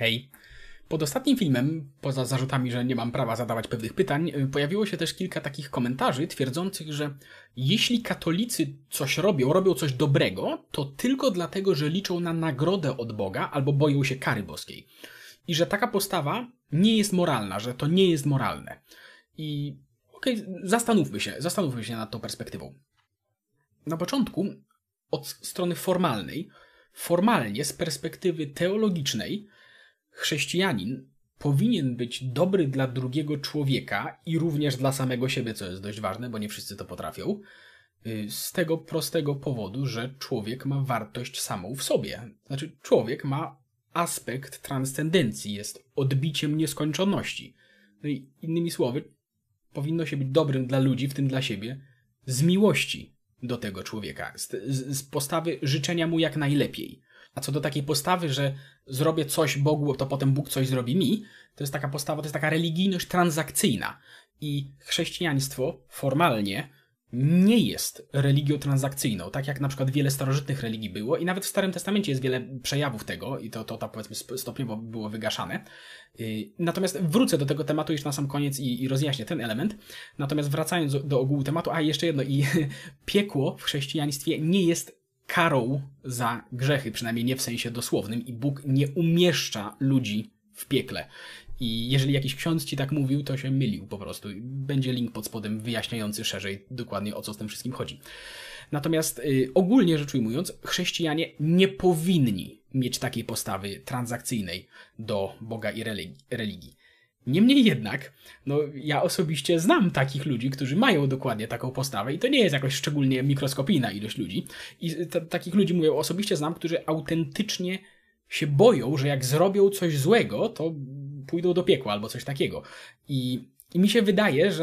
Hej. Pod ostatnim filmem, poza zarzutami, że nie mam prawa zadawać pewnych pytań, pojawiło się też kilka takich komentarzy twierdzących, że jeśli katolicy coś robią coś dobrego, to tylko dlatego, że liczą na nagrodę od Boga albo boją się kary boskiej. I że taka postawa nie jest moralna, że to nie jest moralne. I zastanówmy się nad tą perspektywą. Na początku, od strony formalnej, formalnie z perspektywy teologicznej, chrześcijanin powinien być dobry dla drugiego człowieka i również dla samego siebie, co jest dość ważne, bo nie wszyscy to potrafią, z tego prostego powodu, że człowiek ma wartość samą w sobie. Znaczy, człowiek ma aspekt transcendencji, jest odbiciem nieskończoności. No i innymi słowy, powinno się być dobrym dla ludzi, w tym dla siebie, z miłości do tego człowieka, z postawy życzenia mu jak najlepiej. A co do takiej postawy, że zrobię coś Bogu, to potem Bóg coś zrobi mi, to jest taka postawa, to jest taka religijność transakcyjna. I chrześcijaństwo formalnie nie jest religią transakcyjną, tak jak na przykład wiele starożytnych religii było i nawet w Starym Testamencie jest wiele przejawów tego i to powiedzmy stopniowo było wygaszane. Natomiast wrócę do tego tematu już na sam koniec i rozjaśnię ten element. Natomiast wracając do ogółu tematu, jeszcze jedno, i piekło w chrześcijaństwie nie jest karą za grzechy, przynajmniej nie w sensie dosłownym, i Bóg nie umieszcza ludzi w piekle. I jeżeli jakiś ksiądz ci tak mówił, to się mylił po prostu. Będzie link pod spodem wyjaśniający szerzej dokładnie, o co z tym wszystkim chodzi. Natomiast ogólnie rzecz ujmując, chrześcijanie nie powinni mieć takiej postawy transakcyjnej do Boga i religii. Niemniej jednak, ja osobiście znam takich ludzi, którzy mają dokładnie taką postawę i to nie jest jakoś szczególnie mikroskopijna ilość ludzi. I takich ludzi, mówię, osobiście znam, którzy autentycznie się boją, że jak zrobią coś złego, to pójdą do piekła albo coś takiego. I mi się wydaje,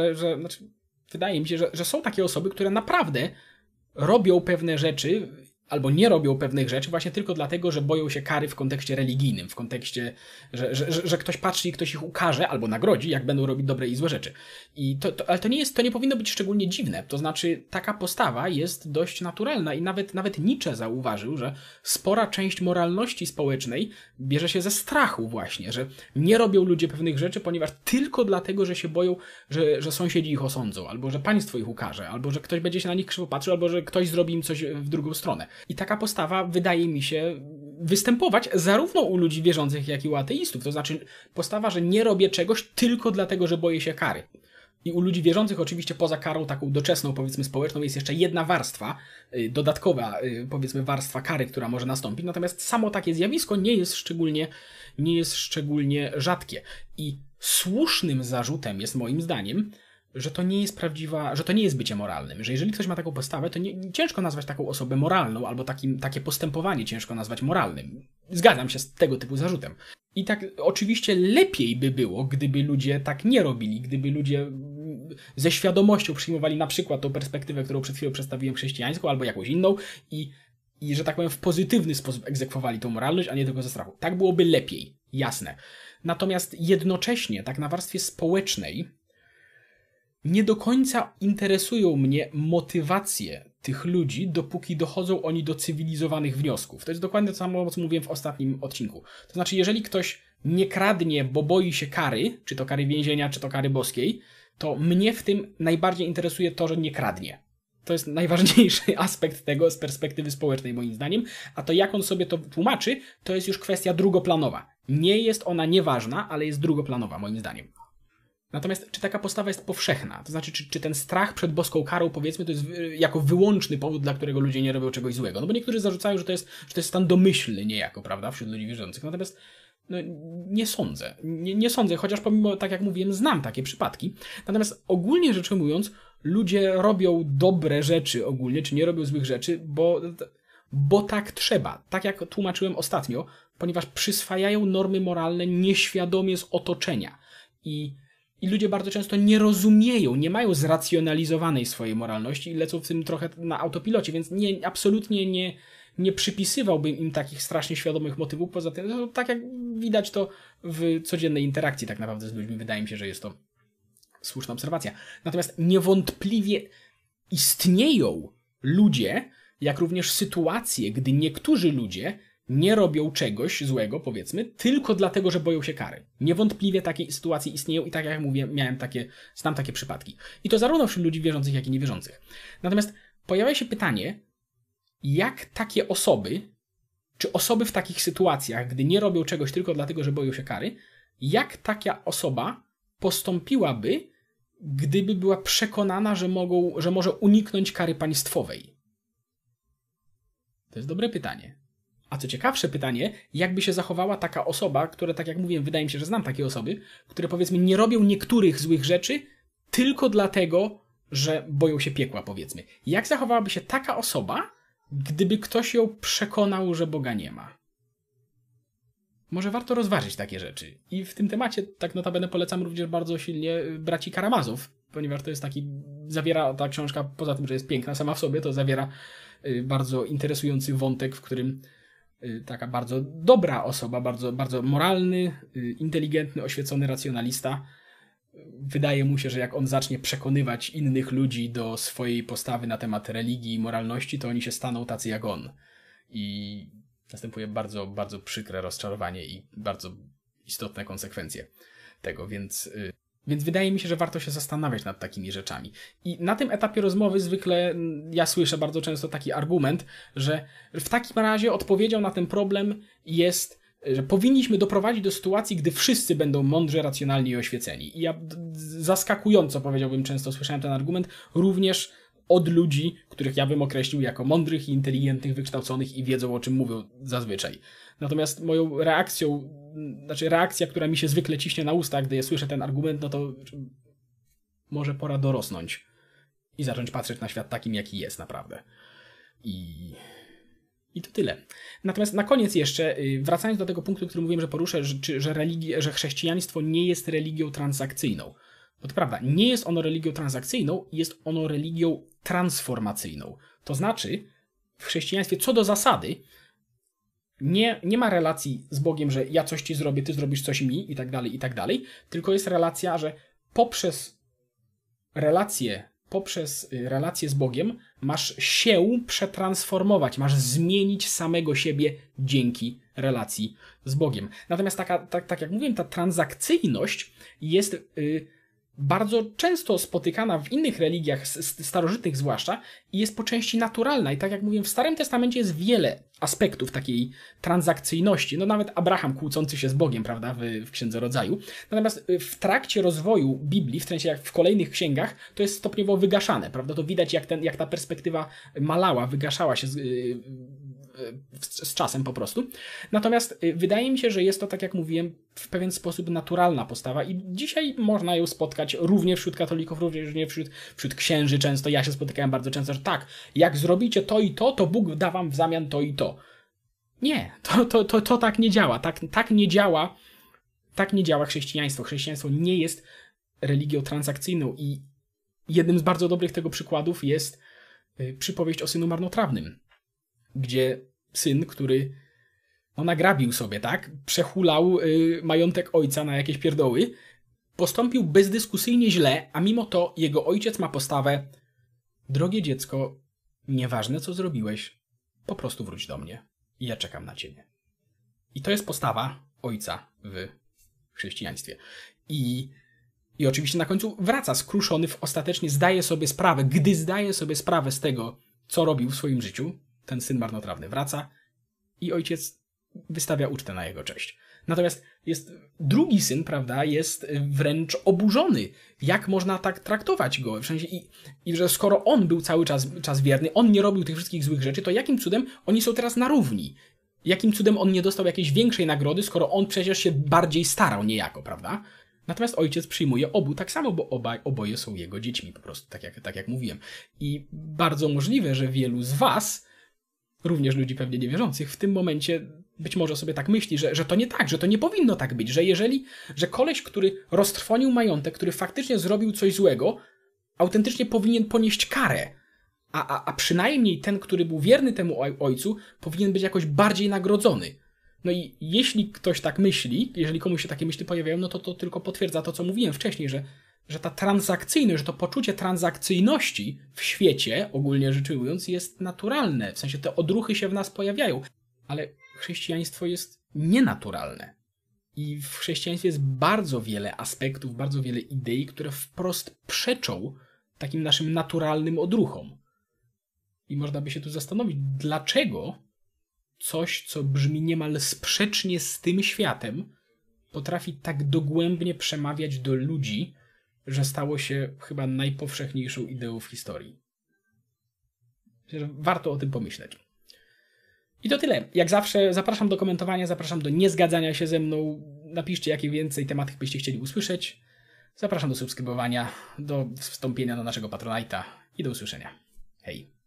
wydaje mi się, że są takie osoby, które naprawdę robią pewne rzeczy albo nie robią pewnych rzeczy właśnie tylko dlatego, że boją się kary w kontekście religijnym, w kontekście, że ktoś patrzy i ktoś ich ukarze albo nagrodzi, jak będą robić dobre i złe rzeczy. Ale to nie powinno być szczególnie dziwne. To znaczy, taka postawa jest dość naturalna i nawet Nietzsche zauważył, że spora część moralności społecznej bierze się ze strachu właśnie, że nie robią ludzie pewnych rzeczy, ponieważ tylko dlatego, że się boją, że sąsiedzi ich osądzą, albo że państwo ich ukarze, albo że ktoś będzie się na nich krzywo patrzył, albo że ktoś zrobi im coś w drugą stronę. I taka postawa wydaje mi się występować zarówno u ludzi wierzących, jak i u ateistów. To znaczy postawa, że nie robię czegoś tylko dlatego, że boję się kary. I u ludzi wierzących oczywiście poza karą taką doczesną, powiedzmy społeczną, jest jeszcze jedna warstwa, dodatkowa, powiedzmy warstwa kary, która może nastąpić. Natomiast samo takie zjawisko nie jest szczególnie rzadkie. I słusznym zarzutem jest moim zdaniem, że to nie jest że to nie jest bycie moralnym, że jeżeli ktoś ma taką postawę, to ciężko nazwać taką osobę moralną, albo takie postępowanie ciężko nazwać moralnym. Zgadzam się z tego typu zarzutem. I tak oczywiście lepiej by było, gdyby ludzie tak nie robili, gdyby ludzie ze świadomością przyjmowali na przykład tą perspektywę, którą przed chwilą przedstawiłem, chrześcijańską albo jakąś inną i że tak powiem w pozytywny sposób egzekwowali tą moralność, a nie tylko ze strachu. Tak byłoby lepiej, jasne. Natomiast jednocześnie, tak na warstwie społecznej, nie do końca interesują mnie motywacje tych ludzi, dopóki dochodzą oni do cywilizowanych wniosków. To jest dokładnie to samo, co mówiłem w ostatnim odcinku. To znaczy, jeżeli ktoś nie kradnie, bo boi się kary, czy to kary więzienia, czy to kary boskiej, to mnie w tym najbardziej interesuje to, że nie kradnie. To jest najważniejszy aspekt tego z perspektywy społecznej moim zdaniem, a to jak on sobie to tłumaczy, to jest już kwestia drugoplanowa. Nie jest ona nieważna, ale jest drugoplanowa moim zdaniem. Natomiast czy taka postawa jest powszechna? To znaczy, czy ten strach przed boską karą, powiedzmy, to jest jako wyłączny powód, dla którego ludzie nie robią czegoś złego? No bo niektórzy zarzucają, że to jest stan domyślny niejako, prawda, wśród ludzi wierzących. Natomiast nie sądzę. Nie sądzę, chociaż pomimo, tak jak mówiłem, znam takie przypadki. Natomiast ogólnie rzecz ujmując, ludzie robią dobre rzeczy ogólnie, czy nie robią złych rzeczy, bo tak trzeba. Tak jak tłumaczyłem ostatnio, ponieważ przyswajają normy moralne nieświadomie z otoczenia. I ludzie bardzo często nie rozumieją, nie mają zracjonalizowanej swojej moralności i lecą w tym trochę na autopilocie, więc absolutnie nie przypisywałbym im takich strasznie świadomych motywów. Poza tym, tak jak widać to w codziennej interakcji tak naprawdę z ludźmi, wydaje mi się, że jest to słuszna obserwacja. Natomiast niewątpliwie istnieją ludzie, jak również sytuacje, gdy niektórzy ludzie nie robią czegoś złego, powiedzmy, tylko dlatego, że boją się kary. Niewątpliwie takie sytuacje istnieją i tak jak mówię, znam takie przypadki. I to zarówno wśród ludzi wierzących, jak i niewierzących. Natomiast pojawia się pytanie, jak takie osoby, czy osoby w takich sytuacjach, gdy nie robią czegoś tylko dlatego, że boją się kary, jak taka osoba postąpiłaby, gdyby była przekonana, że może uniknąć kary państwowej? To jest dobre pytanie. A co ciekawsze pytanie, jakby się zachowała taka osoba, która, tak jak mówiłem, wydaje mi się, że znam takie osoby, które powiedzmy nie robią niektórych złych rzeczy tylko dlatego, że boją się piekła, powiedzmy. Jak zachowałaby się taka osoba, gdyby ktoś ją przekonał, że Boga nie ma? Może warto rozważyć takie rzeczy. I w tym temacie, tak notabene, polecam również bardzo silnie Braci Karamazów, ponieważ to jest zawiera ta książka, poza tym, że jest piękna sama w sobie, to zawiera bardzo interesujący wątek, w którym taka bardzo dobra osoba, bardzo, bardzo moralny, inteligentny, oświecony racjonalista, wydaje mu się, że jak on zacznie przekonywać innych ludzi do swojej postawy na temat religii i moralności, to oni się staną tacy jak on. I następuje bardzo, bardzo przykre rozczarowanie i bardzo istotne konsekwencje tego, więc wydaje mi się, że warto się zastanawiać nad takimi rzeczami. I na tym etapie rozmowy zwykle ja słyszę bardzo często taki argument, że w takim razie odpowiedzią na ten problem jest, że powinniśmy doprowadzić do sytuacji, gdy wszyscy będą mądrzy, racjonalni i oświeceni. I ja zaskakująco, powiedziałbym, często słyszałem ten argument również od ludzi, których ja bym określił jako mądrych i inteligentnych, wykształconych i wiedzą, o czym mówią zazwyczaj. Natomiast moją reakcja, która mi się zwykle ciśnie na usta, gdy ja słyszę ten argument, no to może pora dorosnąć i zacząć patrzeć na świat takim, jaki jest naprawdę. I to tyle. Natomiast na koniec jeszcze, wracając do tego punktu, który mówiłem, że poruszę, że chrześcijaństwo nie jest religią transakcyjną. Bo to prawda, nie jest ono religią transakcyjną, jest ono religią transformacyjną. To znaczy, w chrześcijaństwie co do zasady nie ma relacji z Bogiem, że ja coś ci zrobię, ty zrobisz coś mi i tak dalej, tylko jest relacja, że poprzez relację z Bogiem masz się przetransformować, masz zmienić samego siebie dzięki relacji z Bogiem. Natomiast tak jak mówiłem, ta transakcyjność jest bardzo często spotykana w innych religiach, starożytnych zwłaszcza, i jest po części naturalna. I tak jak mówiłem, w Starym Testamencie jest wiele aspektów takiej transakcyjności. No nawet Abraham kłócący się z Bogiem, prawda, w Księdze Rodzaju. Natomiast w trakcie rozwoju Biblii, w sensie jak w kolejnych księgach, to jest stopniowo wygaszane, prawda? To widać, jak ta perspektywa malała, wygaszała się z czasem po prostu. Natomiast wydaje mi się, że jest to, tak jak mówiłem, w pewien sposób naturalna postawa i dzisiaj można ją spotkać również wśród katolików, również wśród księży często. Ja się spotykałem bardzo często, że tak, jak zrobicie to i to Bóg da wam w zamian to i to. Nie, to tak nie działa. Tak nie działa chrześcijaństwo. Chrześcijaństwo nie jest religią transakcyjną i jednym z bardzo dobrych tego przykładów jest przypowieść o synu marnotrawnym, gdzie syn, który nagrabił sobie, tak, przehulał majątek ojca na jakieś pierdoły, postąpił bezdyskusyjnie źle, a mimo to jego ojciec ma postawę: drogie dziecko, nieważne co zrobiłeś, po prostu wróć do mnie i ja czekam na ciebie. I to jest postawa ojca w chrześcijaństwie. I oczywiście na końcu wraca skruszony, ostatecznie zdaje sobie sprawę, gdy zdaje sobie sprawę z tego, co robił w swoim życiu, ten syn marnotrawny wraca i ojciec wystawia ucztę na jego cześć. Natomiast jest drugi syn, prawda, jest wręcz oburzony. Jak można tak traktować go? W sensie i że skoro on był cały czas wierny, on nie robił tych wszystkich złych rzeczy, to jakim cudem oni są teraz na równi? Jakim cudem on nie dostał jakiejś większej nagrody, skoro on przecież się bardziej starał niejako, prawda? Natomiast ojciec przyjmuje obu tak samo, bo oboje są jego dziećmi po prostu, tak jak mówiłem. I bardzo możliwe, że wielu z was, również ludzi pewnie niewierzących, w tym momencie być może sobie tak myśli, że to nie tak, że to nie powinno tak być, że koleś, który roztrwonił majątek, który faktycznie zrobił coś złego, autentycznie powinien ponieść karę, a przynajmniej ten, który był wierny temu ojcu, powinien być jakoś bardziej nagrodzony. No i jeśli ktoś tak myśli, jeżeli komuś się takie myśli pojawiają, no to tylko potwierdza to, co mówiłem wcześniej, że ta transakcyjność, że to poczucie transakcyjności w świecie, ogólnie rzecz ujmując, jest naturalne. W sensie te odruchy się w nas pojawiają. Ale chrześcijaństwo jest nienaturalne. I w chrześcijaństwie jest bardzo wiele aspektów, bardzo wiele idei, które wprost przeczą takim naszym naturalnym odruchom. I można by się tu zastanowić, dlaczego coś, co brzmi niemal sprzecznie z tym światem, potrafi tak dogłębnie przemawiać do ludzi, że stało się chyba najpowszechniejszą ideą w historii. Myślę, że warto o tym pomyśleć. I to tyle. Jak zawsze zapraszam do komentowania, zapraszam do niezgadzania się ze mną. Napiszcie, jakie więcej tematyk byście chcieli usłyszeć. Zapraszam do subskrybowania, do wstąpienia na naszego Patronite'a i do usłyszenia. Hej!